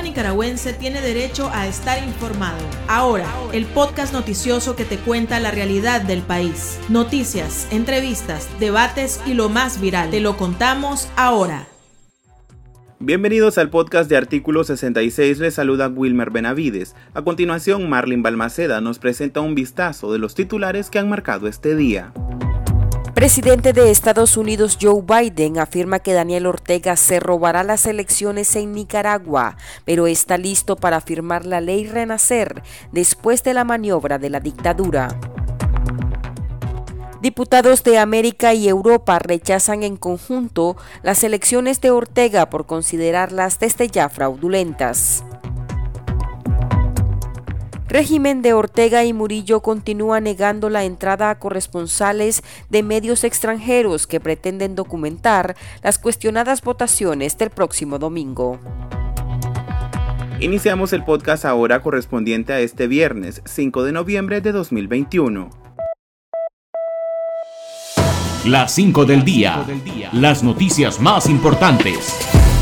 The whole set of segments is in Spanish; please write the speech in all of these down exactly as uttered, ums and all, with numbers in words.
nicaragüense tiene derecho a estar informado. Ahora, el podcast noticioso que te cuenta la realidad del país. Noticias, entrevistas, debates y lo más viral. Te lo contamos ahora. Bienvenidos al podcast de Artículo sesenta y seis, les saluda Wilmer Benavides. A continuación, Marlin Balmaceda nos presenta un vistazo de los titulares que han marcado este día. Presidente de Estados Unidos Joe Biden afirma que Daniel Ortega se robará las elecciones en Nicaragua, pero está listo para firmar la ley Renacer después de la maniobra de la dictadura. Diputados de América y Europa rechazan en conjunto las elecciones de Ortega por considerarlas desde ya fraudulentas. Régimen de Ortega y Murillo continúa negando la entrada a corresponsales de medios extranjeros que pretenden documentar las cuestionadas votaciones del próximo domingo. Iniciamos el podcast ahora correspondiente a este viernes, cinco de noviembre de dos mil veintiuno. Las cinco del día. Las noticias más importantes.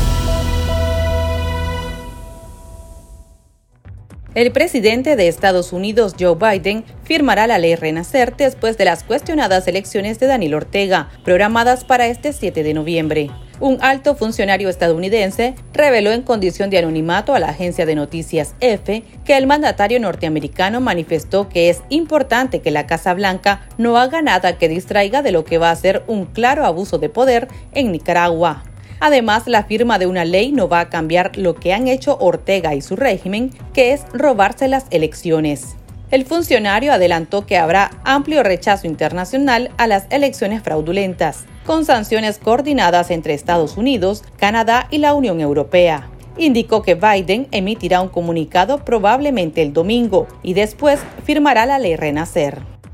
El presidente de Estados Unidos, Joe Biden, firmará la ley Renacer después de las cuestionadas elecciones de Daniel Ortega, programadas para este siete de noviembre. Un alto funcionario estadounidense reveló en condición de anonimato a la agencia de noticias E F E que el mandatario norteamericano manifestó que es importante que la Casa Blanca no haga nada que distraiga de lo que va a ser un claro abuso de poder en Nicaragua. Además, la firma de una ley no va a cambiar lo que han hecho Ortega y su régimen, que es robarse las elecciones. El funcionario adelantó que habrá amplio rechazo internacional a las elecciones fraudulentas, con sanciones coordinadas entre Estados Unidos, Canadá y la Unión Europea. Indicó que Biden emitirá un comunicado probablemente el domingo y después firmará la ley Renacer.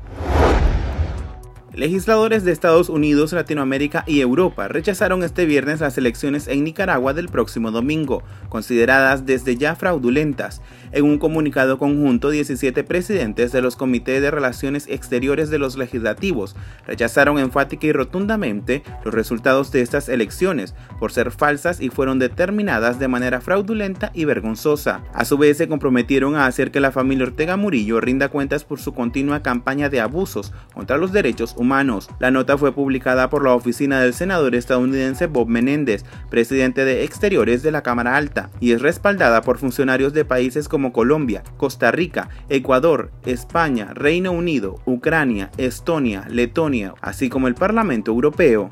Legisladores de Estados Unidos, Latinoamérica y Europa rechazaron este viernes las elecciones en Nicaragua del próximo domingo, consideradas desde ya fraudulentas. En un comunicado conjunto, diecisiete presidentes de los comités de relaciones exteriores de los legislativos rechazaron enfática y rotundamente los resultados de estas elecciones por ser falsas y fueron determinadas de manera fraudulenta y vergonzosa. A su vez, se comprometieron a hacer que la familia Ortega Murillo rinda cuentas por su continua campaña de abusos contra los derechos humanos. Humanos. La nota fue publicada por la oficina del senador estadounidense Bob Menéndez, presidente de Exteriores de la Cámara Alta, y es respaldada por funcionarios de países como Colombia, Costa Rica, Ecuador, España, Reino Unido, Ucrania, Estonia, Letonia, así como el Parlamento Europeo.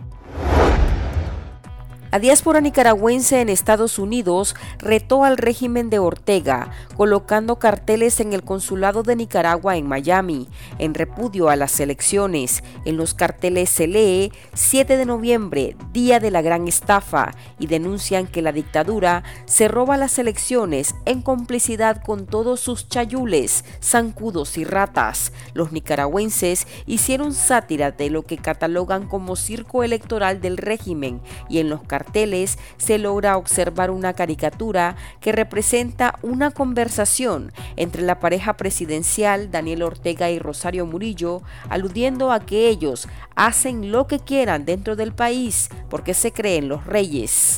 La diáspora nicaragüense en Estados Unidos retó al régimen de Ortega, colocando carteles en el consulado de Nicaragua en Miami, en repudio a las elecciones. En los carteles se lee siete de noviembre, día de la gran estafa, y denuncian que la dictadura se roba las elecciones en complicidad con todos sus chayules, zancudos y ratas. Los nicaragüenses hicieron sátira de lo que catalogan como circo electoral del régimen, y en los carteles carteles se logra observar una caricatura que representa una conversación entre la pareja presidencial Daniel Ortega y Rosario Murillo, aludiendo a que ellos hacen lo que quieran dentro del país porque se creen los reyes.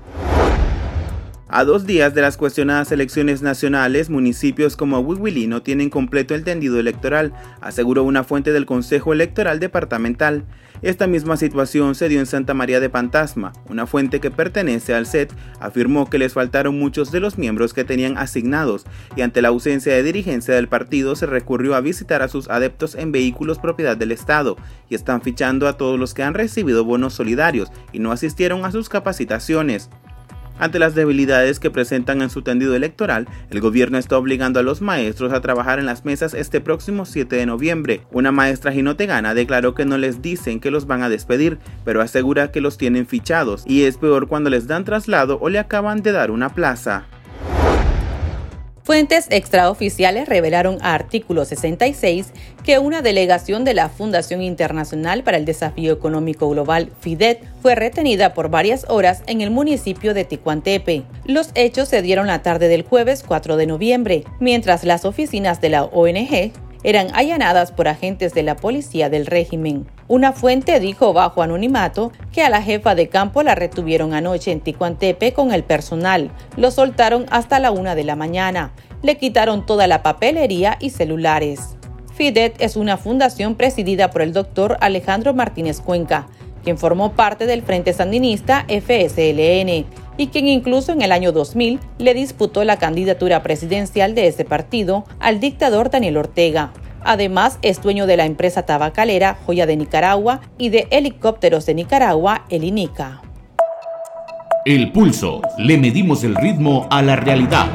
A dos días de las cuestionadas elecciones nacionales, municipios como Huihuilí no tienen completo el tendido electoral, aseguró una fuente del Consejo Electoral Departamental. Esta misma situación se dio en Santa María de Pantasma. Una fuente que pertenece al C E T afirmó que les faltaron muchos de los miembros que tenían asignados y ante la ausencia de dirigencia del partido se recurrió a visitar a sus adeptos en vehículos propiedad del Estado y están fichando a todos los que han recibido bonos solidarios y no asistieron a sus capacitaciones. Ante las debilidades que presentan en su tendido electoral, el gobierno está obligando a los maestros a trabajar en las mesas este próximo siete de noviembre. Una maestra jinotegana declaró que no les dicen que los van a despedir, pero asegura que los tienen fichados, y es peor cuando les dan traslado o le acaban de dar una plaza. Fuentes extraoficiales revelaron a Artículo sesenta y seis que una delegación de la Fundación Internacional para el Desafío Económico Global, FIDET, fue retenida por varias horas en el municipio de Ticuantepe. Los hechos se dieron la tarde del jueves cuatro de noviembre, mientras las oficinas de la O N G eran allanadas por agentes de la policía del régimen. Una fuente dijo bajo anonimato que a la jefa de campo la retuvieron anoche en Ticuantepe con el personal. Lo soltaron hasta la una de la mañana. Le quitaron toda la papelería y celulares. FIDET es una fundación presidida por el doctor Alejandro Martínez Cuenca, quien formó parte del Frente Sandinista F S L N y quien incluso en el año dos mil le disputó la candidatura presidencial de ese partido al dictador Daniel Ortega. Además, es dueño de la empresa tabacalera Joya de Nicaragua y de Helicópteros de Nicaragua, el INICA. El Pulso. Le medimos el ritmo a la realidad.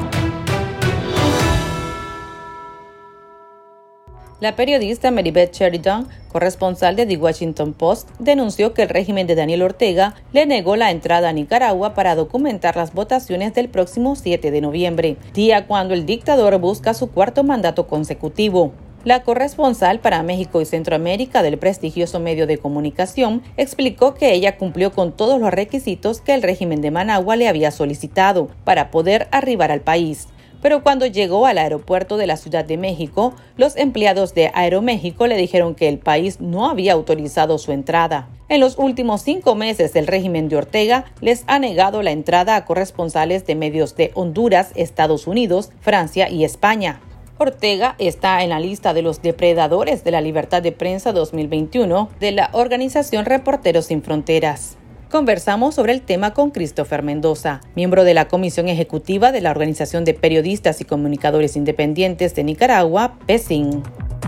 La periodista Maribeth Sheridan, corresponsal de The Washington Post, denunció que el régimen de Daniel Ortega le negó la entrada a Nicaragua para documentar las votaciones del próximo siete de noviembre, día cuando el dictador busca su cuarto mandato consecutivo. La corresponsal para México y Centroamérica del prestigioso medio de comunicación explicó que ella cumplió con todos los requisitos que el régimen de Managua le había solicitado para poder arribar al país. Pero cuando llegó al aeropuerto de la Ciudad de México, los empleados de Aeroméxico le dijeron que el país no había autorizado su entrada. En los últimos cinco meses, el régimen de Ortega les ha negado la entrada a corresponsales de medios de Honduras, Estados Unidos, Francia y España. Ortega está en la lista de los depredadores de la libertad de prensa dos mil veintiuno de la organización Reporteros Sin Fronteras. Conversamos sobre el tema con Christopher Mendoza, miembro de la Comisión Ejecutiva de la Organización de Periodistas y Comunicadores Independientes de Nicaragua, PECIN.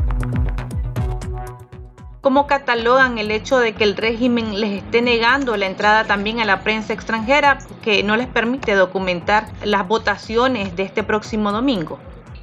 ¿Cómo catalogan el hecho de que el régimen les esté negando la entrada también a la prensa extranjera, que no les permite documentar las votaciones de este próximo domingo?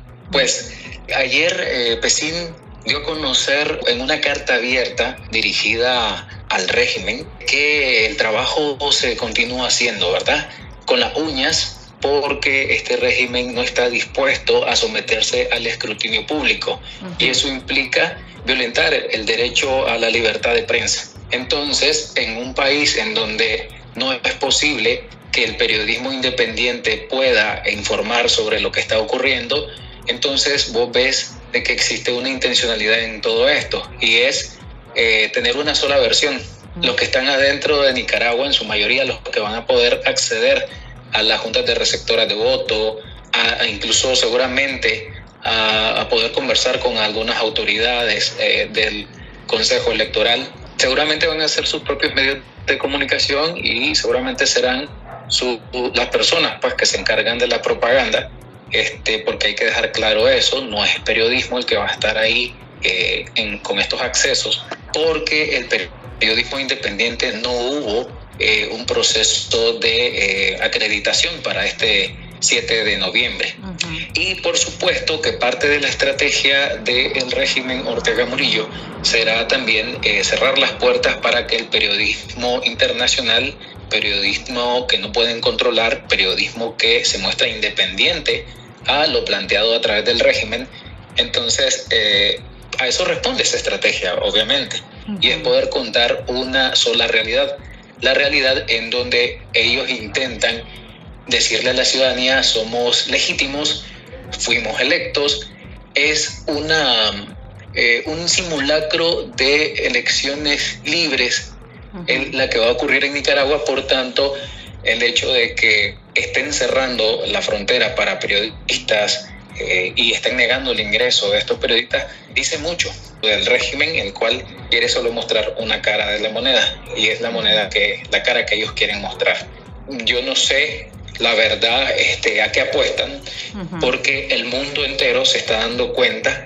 Pues ayer eh, PECIN dio a conocer en una carta abierta dirigida al régimen que el trabajo se continúa haciendo, ¿verdad? Con las uñas, porque este régimen no está dispuesto a someterse al escrutinio público. Uh-huh. Y eso implica violentar el derecho a la libertad de prensa. Entonces, en un país en donde no es posible que el periodismo independiente pueda informar sobre lo que está ocurriendo, entonces vos ves de que existe una intencionalidad en todo esto, y es eh, tener una sola versión. Los que están adentro de Nicaragua, en su mayoría los que van a poder acceder a las juntas de receptoras de voto, a, a incluso seguramente a, a poder conversar con algunas autoridades eh, del Consejo Electoral, seguramente van a ser sus propios medios de comunicación y seguramente serán su, las personas pues, que se encargan de la propaganda. Este, porque hay que dejar claro eso, no es periodismo el que va a estar ahí eh, en, con estos accesos, porque el periodismo independiente no hubo eh, un proceso de eh, acreditación para este siete de noviembre. Uh-huh. Y por supuesto que parte de la estrategia del régimen Ortega Murillo será también eh, cerrar las puertas para que el periodismo internacional, periodismo que no pueden controlar, periodismo que se muestra independiente a lo planteado a través del régimen, entonces eh, a eso responde esa estrategia, obviamente, uh-huh. Y es poder contar una sola realidad, la realidad en donde ellos intentan decirle a la ciudadanía: somos legítimos, fuimos electos. Es una eh, un simulacro de elecciones libres, uh-huh. en la que va a ocurrir en Nicaragua. Por tanto, el hecho de que estén cerrando la frontera para periodistas eh, y estén negando el ingreso de estos periodistas dice mucho del régimen, el cual quiere solo mostrar una cara de la moneda, y es la moneda que la cara que ellos quieren mostrar. Yo no sé la verdad este, a qué apuestan, uh-huh. porque el mundo entero se está dando cuenta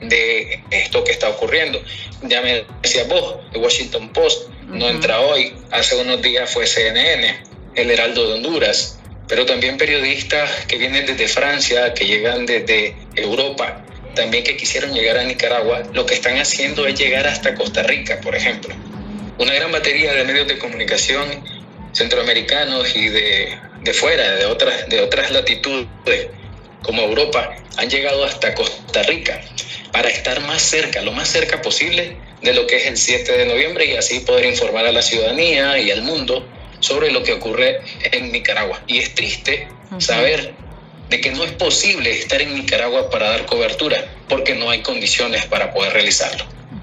de esto que está ocurriendo. Ya me decías vos, The Washington Post uh-huh. no entra hoy, hace unos días fue C N N, El Heraldo de Honduras, pero también periodistas que vienen desde Francia, que llegan desde Europa, también que quisieron llegar a Nicaragua, lo que están haciendo es llegar hasta Costa Rica, por ejemplo. Una gran batería de medios de comunicación centroamericanos y de, de fuera, de otras, de otras latitudes, como Europa, han llegado hasta Costa Rica para estar más cerca, lo más cerca posible de lo que es el siete de noviembre, y así poder informar a la ciudadanía y al mundo sobre lo que ocurre en Nicaragua. Y es triste uh-huh. saber de que no es posible estar en Nicaragua para dar cobertura porque no hay condiciones para poder realizarlo.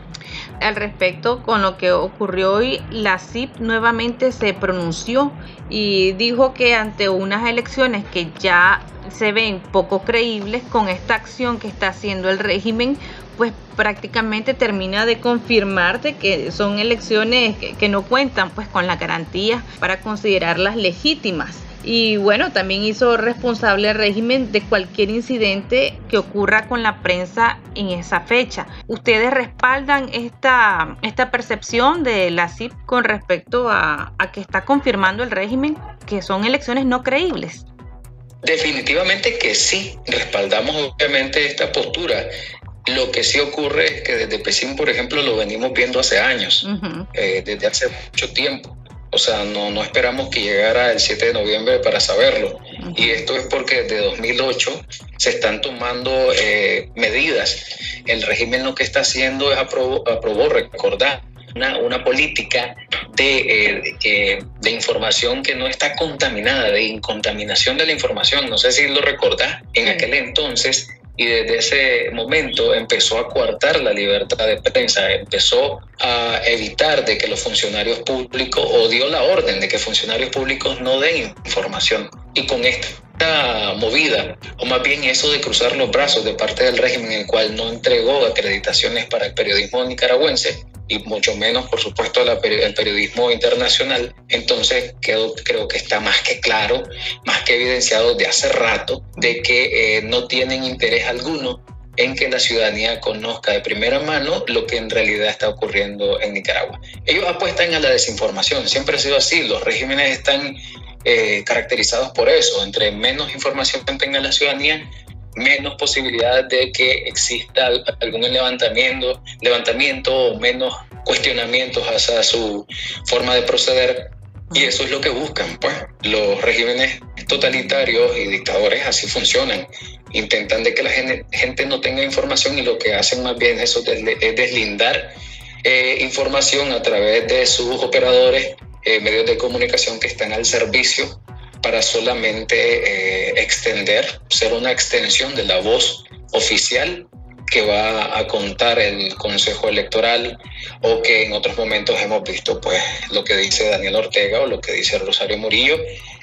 Al respecto, con lo que ocurrió hoy, la C I P nuevamente se pronunció y dijo que ante unas elecciones que ya se ven poco creíbles, con esta acción que está haciendo el régimen, pues prácticamente termina de confirmar de que son elecciones que, que no cuentan pues con las garantías para considerarlas legítimas. Y bueno, también hizo responsable al régimen de cualquier incidente que ocurra con la prensa en esa fecha. ¿Ustedes respaldan esta, esta percepción de la C I P con respecto a, a que está confirmando el régimen que son elecciones no creíbles? Definitivamente que sí, respaldamos obviamente esta postura. Lo que sí ocurre es que desde PECIN, por ejemplo, lo venimos viendo hace años, uh-huh. eh, desde hace mucho tiempo. O sea, no, no esperamos que llegara el siete de noviembre para saberlo. Uh-huh. Y esto es porque desde dos mil ocho se están tomando eh, medidas. El régimen lo que está haciendo es aprobó, aprobó recordar, una, una política de, eh, eh, de información que no está contaminada, de incontaminación de la información. No sé si lo recordás, en uh-huh. aquel entonces... Y desde ese momento empezó a coartar la libertad de prensa, empezó a evitar de que los funcionarios públicos, o dio la orden de que funcionarios públicos no den información. Y con esta movida, o más bien eso de cruzar los brazos de parte del régimen, el cual no entregó acreditaciones para el periodismo nicaragüense, y mucho menos, por supuesto, la, el periodismo internacional, entonces quedó, creo que está más que claro, más que evidenciado de hace rato, de que eh, no tienen interés alguno en que la ciudadanía conozca de primera mano lo que en realidad está ocurriendo en Nicaragua. Ellos apuestan a la desinformación, siempre ha sido así, los regímenes están eh, caracterizados por eso, entre menos información tenga la ciudadanía, menos posibilidades de que exista algún levantamiento, levantamiento o menos cuestionamientos hacia su forma de proceder. Y eso es lo que buscan, pues. Los regímenes totalitarios y dictadores así funcionan. Intentan de que la gente no tenga información y lo que hacen más bien eso es deslindar eh, información a través de sus operadores, eh, medios de comunicación que están al servicio para solamente eh, extender, ser una extensión de la voz oficial que va a contar el Consejo Electoral, o que en otros momentos hemos visto pues lo que dice Daniel Ortega o lo que dice Rosario Murillo,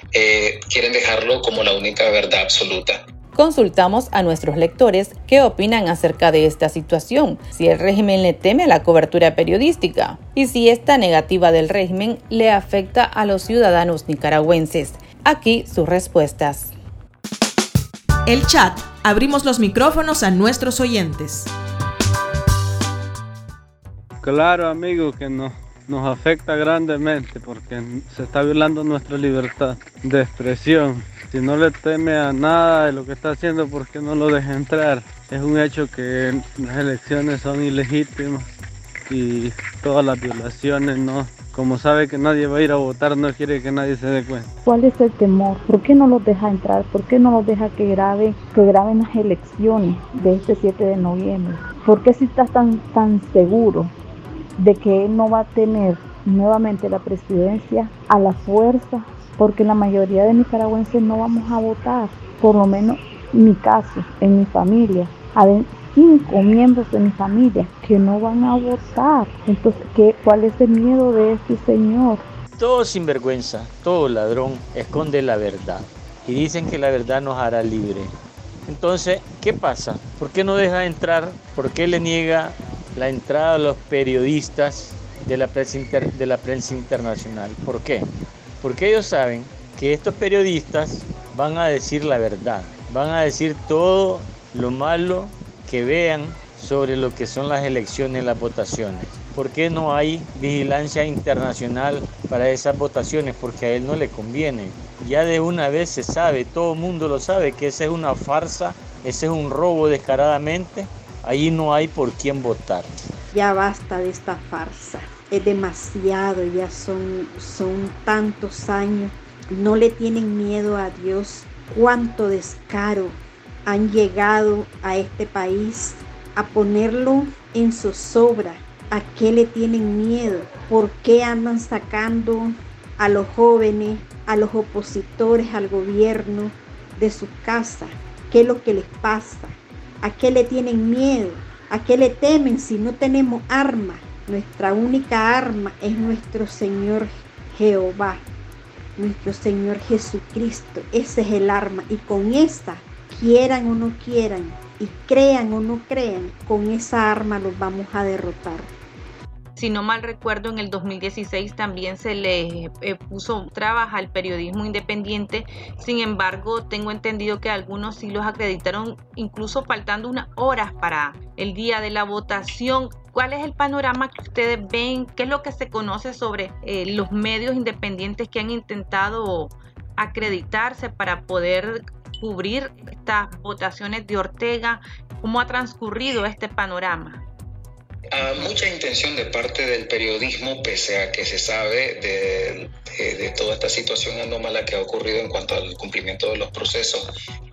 eh, quieren dejarlo como la única verdad absoluta. Consultamos a nuestros lectores qué opinan acerca de esta situación, si el régimen le teme a la cobertura periodística y si esta negativa del régimen le afecta a los ciudadanos nicaragüenses. Aquí sus respuestas. El chat. Abrimos los micrófonos a nuestros oyentes. Claro, amigo, que nos, nos afecta grandemente porque se está violando nuestra libertad de expresión. Si no le teme a nada de lo que está haciendo, ¿por qué no lo deja entrar? Es un hecho que las elecciones son ilegítimas y todas las violaciones, no. Como sabe que nadie va a ir a votar, no quiere que nadie se dé cuenta. ¿Cuál es el temor? ¿Por qué no los deja entrar? ¿Por qué no los deja que graben, que graben las elecciones de este siete de noviembre? ¿Por qué si estás tan, tan seguro de que él no va a tener nuevamente la presidencia a la fuerza? Porque la mayoría de nicaragüenses no vamos a votar, por lo menos en mi caso, en mi familia. Hay cinco miembros de mi familia que no van a votar. Entonces, ¿qué, ¿cuál es el miedo de este señor? Todo sinvergüenza, todo ladrón esconde la verdad y dicen que la verdad nos hará libre. Entonces, ¿qué pasa? ¿Por qué no deja entrar? ¿Por qué le niega la entrada a los periodistas de la prensa, inter, de la prensa internacional? ¿Por qué? Porque ellos saben que estos periodistas van a decir la verdad, van a decir todo lo malo que vean sobre lo que son las elecciones, las votaciones. ¿Por qué no hay vigilancia internacional para esas votaciones? Porque a él no le conviene. Ya de una vez se sabe, todo el mundo lo sabe, que esa es una farsa, ese es un robo descaradamente. Ahí no hay por quién votar. Ya basta de esta farsa. Es demasiado, ya son, son tantos años. No le tienen miedo a Dios. Cuánto descaro han llegado a este país a ponerlo en zozobra. ¿A qué le tienen miedo? ¿Por qué andan sacando a los jóvenes, a los opositores al gobierno de su casa, qué es lo que les pasa, a qué le tienen miedo, a qué le temen si no tenemos arma. Nuestra única arma es nuestro Señor Jehová, nuestro Señor Jesucristo. Ese es el arma, y con esa, quieran o no quieran, y crean o no crean, con esa arma los vamos a derrotar. Si no mal recuerdo, en el dos mil dieciséis también se le eh, puso trabas al periodismo independiente. Sin embargo, tengo entendido que algunos sí los acreditaron, incluso faltando unas horas para el día de la votación. ¿Cuál es el panorama que ustedes ven? ¿Qué es lo que se conoce sobre eh, los medios independientes que han intentado acreditarse para poder cubrir estas votaciones de Ortega? ¿Cómo ha transcurrido este panorama? A mucha intención de parte del periodismo, pese a que se sabe de, de, de toda esta situación anómala que ha ocurrido en cuanto al cumplimiento de los procesos.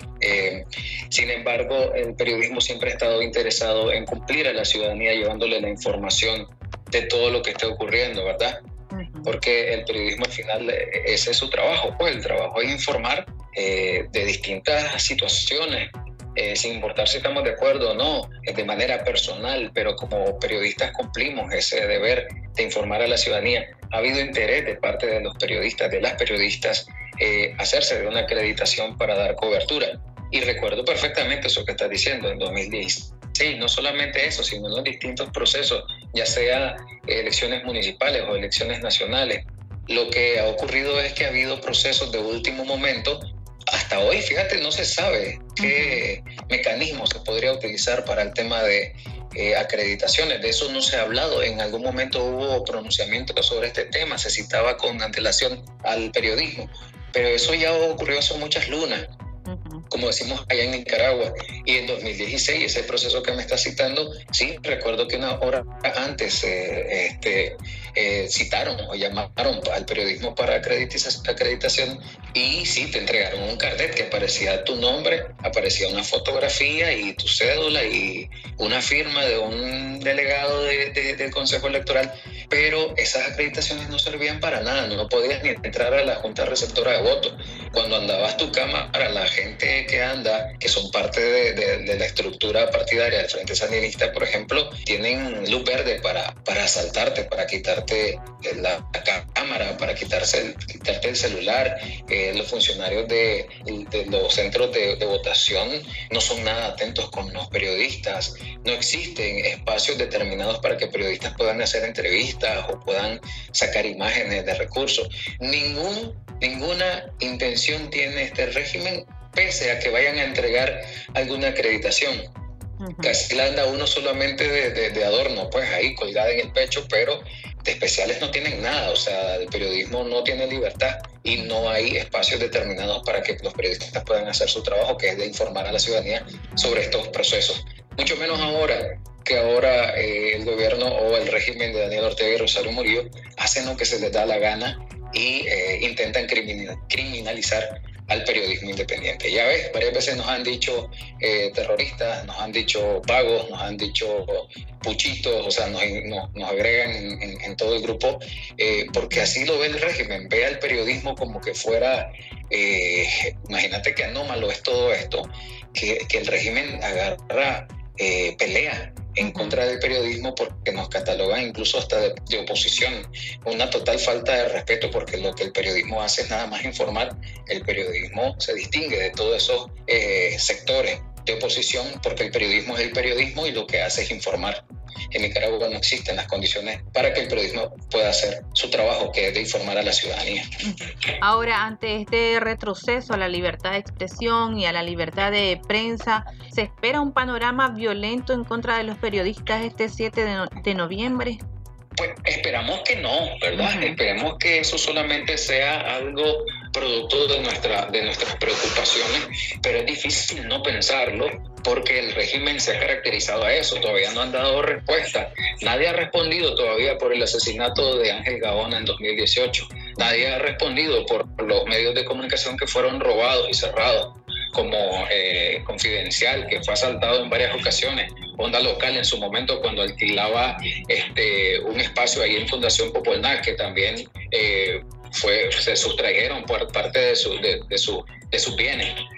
Eh, sin embargo, el periodismo siempre ha estado interesado en cumplir a la ciudadanía, llevándole la información de todo lo que esté ocurriendo, ¿verdad? Porque el periodismo al final, ese es su trabajo, pues el trabajo es informar eh, de distintas situaciones. Eh, sin importar si estamos de acuerdo o no, de manera personal, pero como periodistas cumplimos ese deber de informar a la ciudadanía. Ha habido interés de parte de los periodistas, de las periodistas, eh, hacerse de una acreditación para dar cobertura. Y recuerdo perfectamente eso que estás diciendo en dos mil dieciséis, no solamente eso, sino en los distintos procesos, ya sea elecciones municipales o elecciones nacionales. Lo que ha ocurrido es que ha habido procesos de último momento. Hasta hoy, fíjate, no se sabe qué uh-huh. mecanismo se podría utilizar para el tema de eh, acreditaciones. De eso no se ha hablado. En algún momento hubo pronunciamientos sobre este tema, se citaba con antelación al periodismo, pero eso ya ocurrió hace muchas lunas, uh-huh. como decimos allá en Nicaragua. Y en dos mil dieciséis, ese proceso que me está citando, sí, recuerdo que una hora antes eh, este, eh, citaron o llamaron al periodismo para acreditación, y sí, te entregaron un carnet que aparecía tu nombre, aparecía una fotografía y tu cédula y una firma de un delegado de, de, del Consejo Electoral, pero esas acreditaciones no servían para nada, no podías ni entrar a la Junta Receptora de Votos. Cuando andabas tu cámara, la gente que anda, que son parte de, de, de la estructura partidaria del Frente Sandinista, por ejemplo, tienen luz verde para, para asaltarte, para quitarte la, la cámara, para quitarse el, quitarte el celular. Eh, los funcionarios de, de los centros de, de votación no son nada atentos con los periodistas. No existen espacios determinados para que periodistas puedan hacer entrevistas o puedan sacar imágenes de recursos. Ningún, ninguna intención tiene este régimen, pese a que vayan a entregar alguna acreditación. Uh-huh. Casi la anda uno solamente de, de, de adorno, pues ahí colgada en el pecho, pero de especiales no tienen nada. O sea, el periodismo no tiene libertad y no hay espacios determinados para que los periodistas puedan hacer su trabajo, que es de informar a la ciudadanía sobre estos procesos. Mucho menos ahora, que ahora eh, el gobierno o el régimen de Daniel Ortega y Rosario Murillo hacen lo que se les da la gana y eh, intentan criminal, criminalizar al periodismo independiente. Ya ves, varias veces nos han dicho eh, terroristas, nos han dicho vagos, nos han dicho puchitos, o sea, nos, nos, nos agregan en, en, en todo el grupo, eh, porque así lo ve el régimen, ve al periodismo como que fuera, eh, imagínate qué anómalo es todo esto, que, que el régimen agarra, eh, pelea en contra del periodismo porque nos catalogan incluso hasta de, de oposición. Una total falta de respeto, porque lo que el periodismo hace es nada más informar. El periodismo se distingue de todos esos eh, sectores de oposición, porque el periodismo es el periodismo y lo que hace es informar. En Nicaragua no existen las condiciones para que el periodismo pueda hacer su trabajo, que es de informar a la ciudadanía. Ahora, ante este retroceso a la libertad de expresión y a la libertad de prensa, ¿se espera un panorama violento en contra de los periodistas este siete de, no- de noviembre? Pues esperamos que no, ¿verdad? Uh-huh. Esperemos que eso solamente sea algo producto de, nuestra, de nuestras preocupaciones, pero es difícil no pensarlo porque el régimen se ha caracterizado a eso. Todavía no han dado respuesta. Nadie ha respondido todavía por el asesinato de Ángel Gaona en dos mil dieciocho. Nadie ha respondido por los medios de comunicación que fueron robados y cerrados, como eh, Confidencial, que fue asaltado en varias ocasiones, Onda Local en su momento cuando alquilaba este, un espacio ahí en Fundación Popolná, que también eh, fue, se sustrajeron por parte de, su, de, de, su, de sus bienes.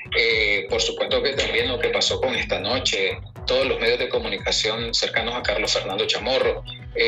Eh, por supuesto que también lo que pasó con esta noche, todos los medios de comunicación cercanos a Carlos Fernando Chamorro,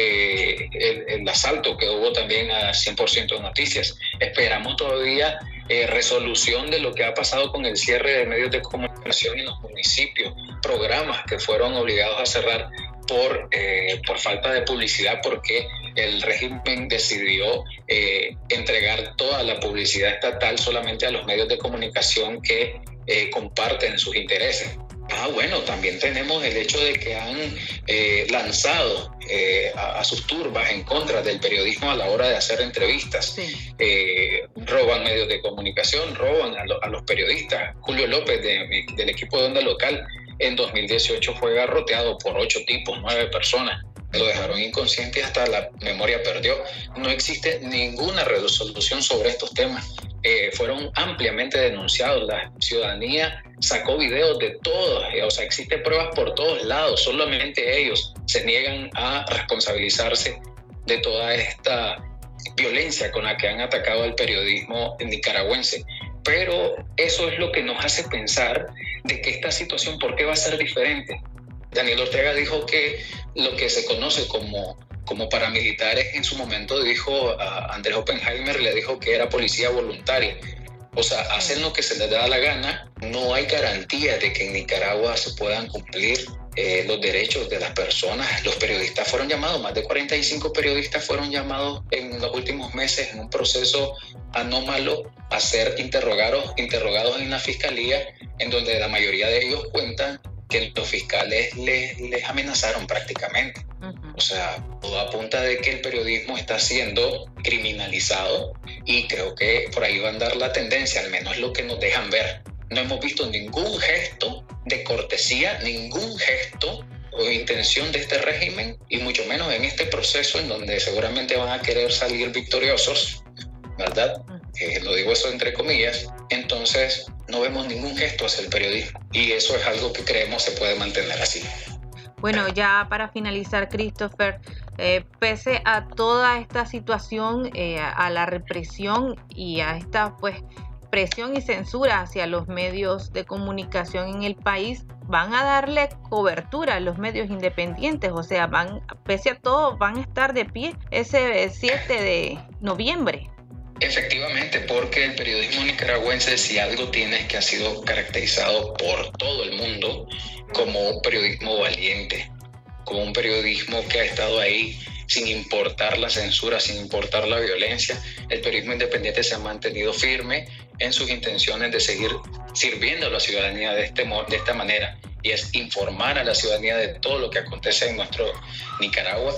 eh, el, el asalto que hubo también a cien por ciento de Noticias. Esperamos todavía eh, resolución de lo que ha pasado con el cierre de medios de comunicación en los municipios, programas que fueron obligados a cerrar por, eh, por falta de publicidad, porque el régimen decidió eh, entregar toda la publicidad estatal solamente a los medios de comunicación que eh, comparten sus intereses. Ah, bueno, también tenemos el hecho de que han eh, lanzado eh, a, a sus turbas en contra del periodismo a la hora de hacer entrevistas. Sí. Eh, roban medios de comunicación, roban a, lo, a los periodistas. Julio López de, del equipo de Onda Local en dos mil dieciocho fue garroteado por ocho tipos, nueve personas. Lo dejaron inconsciente y hasta la memoria perdió. No existe ninguna resolución sobre estos temas. Eh, fueron ampliamente denunciados. La ciudadanía sacó videos de todos, eh, o sea, existen pruebas por todos lados. Solamente ellos se niegan a responsabilizarse de toda esta violencia con la que han atacado al periodismo nicaragüense. Pero eso es lo que nos hace pensar de que esta situación, ¿por qué va a ser diferente? Daniel Ortega dijo que lo que se conoce como, como paramilitares, en su momento dijo a Andrés Oppenheimer, le dijo que era policía voluntaria. O sea, hacen lo que se les da la gana. No hay garantía de que en Nicaragua se puedan cumplir eh, los derechos de las personas. Los periodistas fueron llamados, más de cuarenta y cinco periodistas fueron llamados en los últimos meses en un proceso anómalo a ser interrogados, interrogados en la fiscalía, en donde la mayoría de ellos cuentan que los fiscales les, les amenazaron prácticamente. Uh-huh. O sea, todo apunta de que el periodismo está siendo criminalizado y creo que por ahí va a andar la tendencia, al menos lo que nos dejan ver. No hemos visto ningún gesto de cortesía, ningún gesto o intención de este régimen, y mucho menos en este proceso en donde seguramente van a querer salir victoriosos, ¿verdad? Eh, lo digo eso entre comillas. Entonces no vemos ningún gesto hacia el periodismo y eso es algo que creemos se puede mantener así. Bueno, ya para finalizar, Christopher, eh, pese a toda esta situación, eh, a la represión y a esta pues presión y censura hacia los medios de comunicación en el país, van a darle cobertura a los medios independientes, o sea, van, pese a todo, van a estar de pie ese siete de noviembre. Efectivamente, porque el periodismo nicaragüense, si algo tiene, es que ha sido caracterizado por todo el mundo como un periodismo valiente, como un periodismo que ha estado ahí sin importar la censura, sin importar la violencia. El periodismo independiente se ha mantenido firme en sus intenciones de seguir sirviendo a la ciudadanía de, este, de esta manera, y es informar a la ciudadanía de todo lo que acontece en nuestro Nicaragua,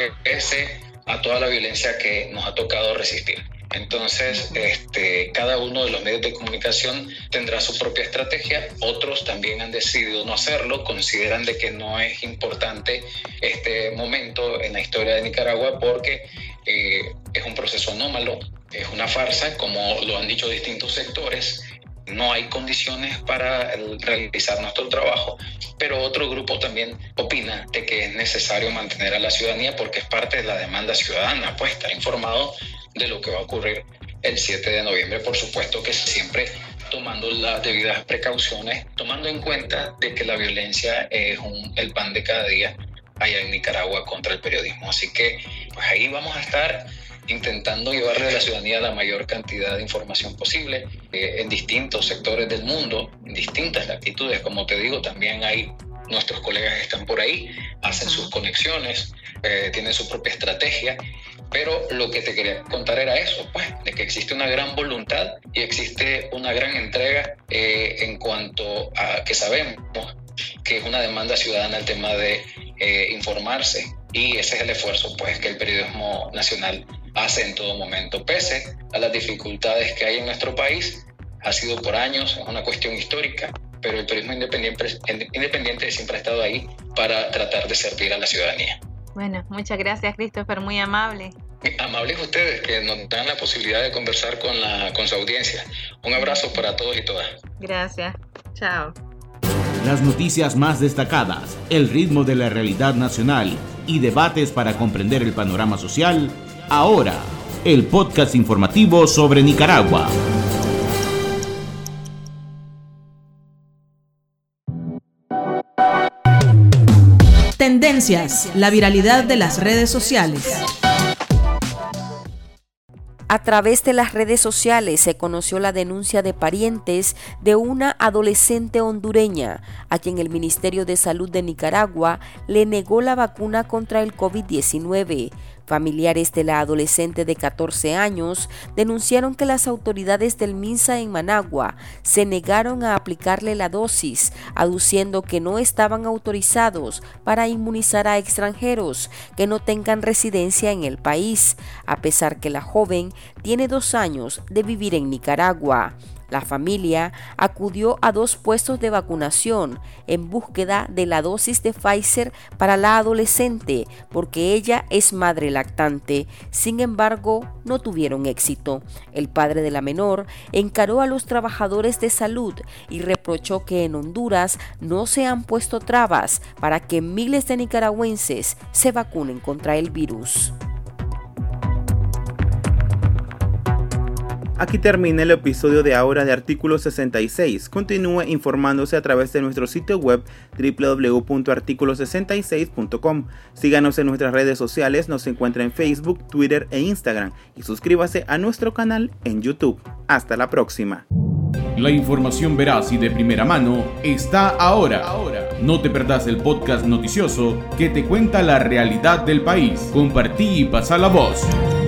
pese a toda la violencia que nos ha tocado resistir. Entonces, este, cada uno de los medios de comunicación tendrá su propia estrategia. Otros también han decidido no hacerlo, consideran de que no es importante este momento en la historia de Nicaragua porque eh, es un proceso anómalo, es una farsa, como lo han dicho distintos sectores. No hay condiciones para realizar nuestro trabajo, pero otro grupo también opina de que es necesario mantener a la ciudadanía porque es parte de la demanda ciudadana, pues estar informado de lo que va a ocurrir el siete de noviembre, por supuesto que siempre tomando las debidas precauciones, tomando en cuenta de que la violencia es un, el pan de cada día allá en Nicaragua contra el periodismo. Así que pues ahí vamos a estar intentando llevarle a la ciudadanía la mayor cantidad de información posible eh, en distintos sectores del mundo, en distintas latitudes. Como te digo, también hay nuestros colegas que están por ahí, hacen sus conexiones, eh, tienen su propia estrategia, pero lo que te quería contar era eso, pues, de que existe una gran voluntad y existe una gran entrega eh, en cuanto a que sabemos que es una demanda ciudadana el tema de eh, informarse, y ese es el esfuerzo pues que el periodismo nacional hace en todo momento, pese a las dificultades que hay en nuestro país. Ha sido por años, es una cuestión histórica, pero el periodismo independiente, independiente siempre ha estado ahí para tratar de servir a la ciudadanía. Bueno, muchas gracias, Christopher, muy amable. Amables ustedes que nos dan la posibilidad de conversar con, la, con su audiencia. Un abrazo para todos y todas. Gracias, chao. Las noticias más destacadas, el ritmo de la realidad nacional y debates para comprender el panorama social. Ahora, el podcast informativo sobre Nicaragua. Tendencias, la viralidad de las redes sociales. A través de las redes sociales se conoció la denuncia de parientes de una adolescente hondureña a quien el Ministerio de Salud de Nicaragua le negó la vacuna contra el COVID diecinueve. Familiares de la adolescente de catorce años denunciaron que las autoridades del MINSA en Managua se negaron a aplicarle la dosis, aduciendo que no estaban autorizados para inmunizar a extranjeros que no tengan residencia en el país, a pesar que la joven tiene dos años de vivir en Nicaragua. La familia acudió a dos puestos de vacunación en búsqueda de la dosis de Pfizer para la adolescente porque ella es madre lactante. Sin embargo, no tuvieron éxito. El padre de la menor encaró a los trabajadores de salud y reprochó que en Honduras no se han puesto trabas para que miles de nicaragüenses se vacunen contra el virus. Aquí termina el episodio de ahora de Artículo sesenta y seis. Continúe informándose a través de nuestro sitio web doble u doble u doble u punto artículo sesenta y seis punto com. Síganos en nuestras redes sociales, nos encuentra en Facebook, Twitter e Instagram y suscríbase a nuestro canal en YouTube. Hasta la próxima. La información veraz y de primera mano está ahora. No te perdás el podcast noticioso que te cuenta la realidad del país. Compartí y pasa la voz.